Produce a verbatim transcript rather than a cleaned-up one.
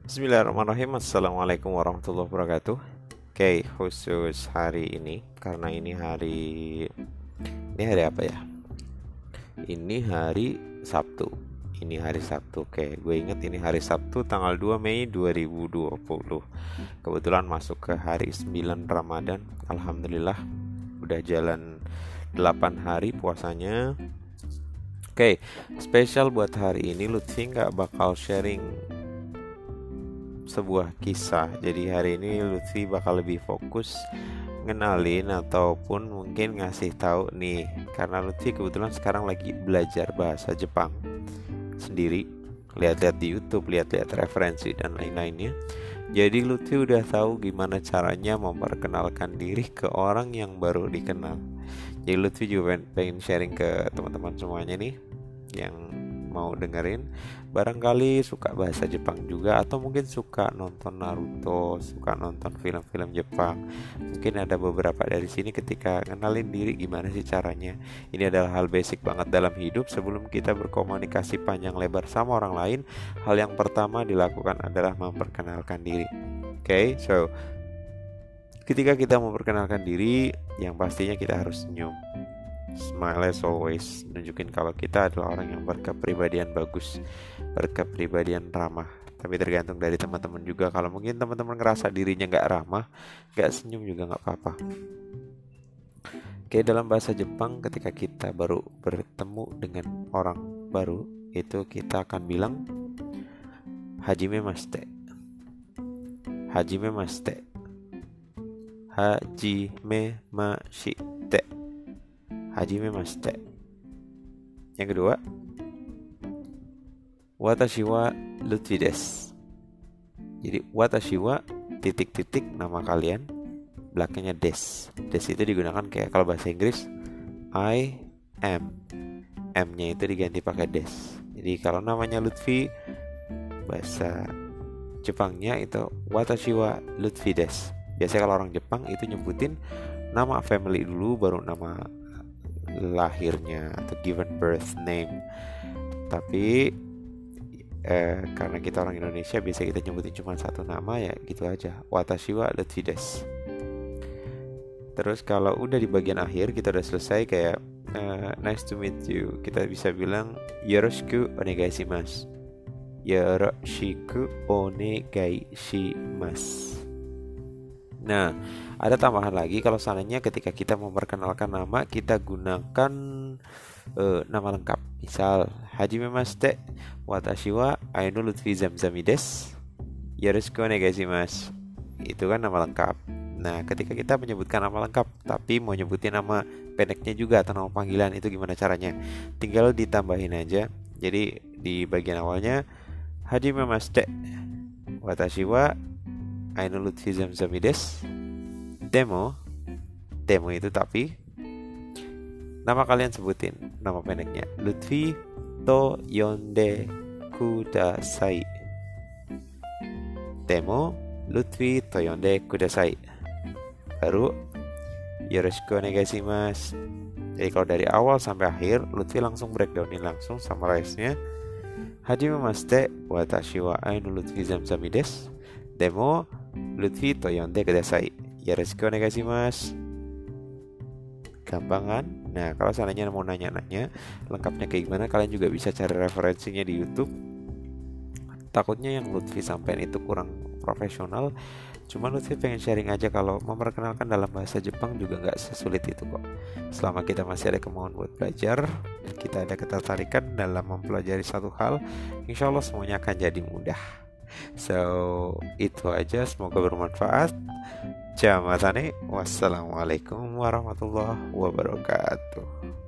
Bismillahirrahmanirrahim. Assalamualaikum warahmatullahi wabarakatuh. Oke, khusus hari ini karena ini hari ini hari apa ya? Ini hari Sabtu. Ini hari Sabtu. Oke, gue inget ini hari Sabtu tanggal dua Mei dua ribu dua puluh. Kebetulan masuk ke hari sembilan Ramadan. Alhamdulillah udah jalan delapan hari puasanya. Oke, spesial buat hari ini Lutfi nggak bakal sharing sebuah kisah. Jadi hari ini Lutfi bakal lebih fokus ngenalin ataupun mungkin ngasih tahu nih, karena Lutfi kebetulan sekarang lagi belajar bahasa Jepang sendiri, lihat-lihat di YouTube, lihat-lihat referensi dan lain-lainnya. Jadi Lutfi udah tahu gimana caranya memperkenalkan diri ke orang yang baru dikenal. Jadi Lutfi juga pengen sharing ke teman-teman semuanya nih yang mau dengerin, barangkali suka bahasa Jepang juga, atau mungkin suka nonton Naruto, suka nonton film-film Jepang. Mungkin ada beberapa dari sini ketika ngenalin diri gimana sih caranya. Ini adalah hal basic banget dalam hidup. Sebelum kita berkomunikasi panjang lebar sama orang lain, hal yang pertama dilakukan adalah memperkenalkan diri. Oke, okay, so ketika kita memperkenalkan diri, yang pastinya kita harus senyum. Smile as always, nunjukin kalau kita adalah orang yang berkepribadian bagus, berkepribadian ramah. Tapi tergantung dari teman-teman juga. Kalau mungkin teman-teman ngerasa dirinya gak ramah, gak senyum juga gak apa-apa. Oke, dalam bahasa Jepang ketika kita baru bertemu dengan orang baru, itu kita akan bilang Hajime mashite, Hajime mashite, Hajime mashite, Hajime mashite. Yang kedua, Watashi wa Lutfi desu. Jadi watashi wa titik-titik nama kalian, belakangnya des. Des itu digunakan kayak kalau bahasa Inggris I am. M-nya itu diganti pakai des. Jadi kalau namanya Lutfi, bahasa Jepangnya itu Watashi wa Lutfi desu. Biasanya kalau orang Jepang itu nyebutin nama family dulu, baru nama lahirnya atau given birth name. Tapi eh, karena kita orang Indonesia, biasa kita nyebutin cuma satu nama, ya gitu aja, Watashi wa Lutfi desu. Terus kalau udah di bagian akhir, kita udah selesai kayak uh, nice to meet you, kita bisa bilang yoroshiku onegai shimasu, yoroshiku onegai shimasu. Nah, ada tambahan lagi kalau seandainya ketika kita memperkenalkan nama, kita gunakan uh, nama lengkap. Misal, Hajime mashite, watashi wa Aino Lutfi Zamzami desu, yoroshiku onegai shimasu. Itu kan nama lengkap. Nah, ketika kita menyebutkan nama lengkap, tapi mau nyebutin nama pendeknya juga atau nama panggilan, itu gimana caranya? Tinggal ditambahin aja. Jadi di bagian awalnya Hajime mashite, watashi wa Aino Lutfi Zamzami desu. Demo, demo itu tapi nama kalian sebutin nama pendeknya Lutfi to yonde kudasai. Demo Lutfi to yonde kudasai. Baru yoroshiku onegai shimasu. Jadi kalau dari awal sampai akhir Lutfi langsung breakdownin, langsung summarize-nya. Hajime mashite, watashi wa Aino Lutfi Zamzami desu. Demo Lutfi to yonde kudasai. Yoroshiku onegai shimasu. Gampang kan? Nah, kalau seandainya mau nanya-nanya lengkapnya kayak gimana, kalian juga bisa cari referensinya di YouTube. Takutnya yang Lutfi sampein itu kurang profesional. Cuma Lutfi pengen sharing aja kalau memperkenalkan dalam bahasa Jepang juga gak sesulit itu kok. Selama kita masih ada kemauan buat belajar dan kita ada ketertarikan dalam mempelajari satu hal, insya Allah semuanya akan jadi mudah. So, itu aja, semoga bermanfaat. Jamatane, wassalamualaikum warahmatullahi wabarakatuh.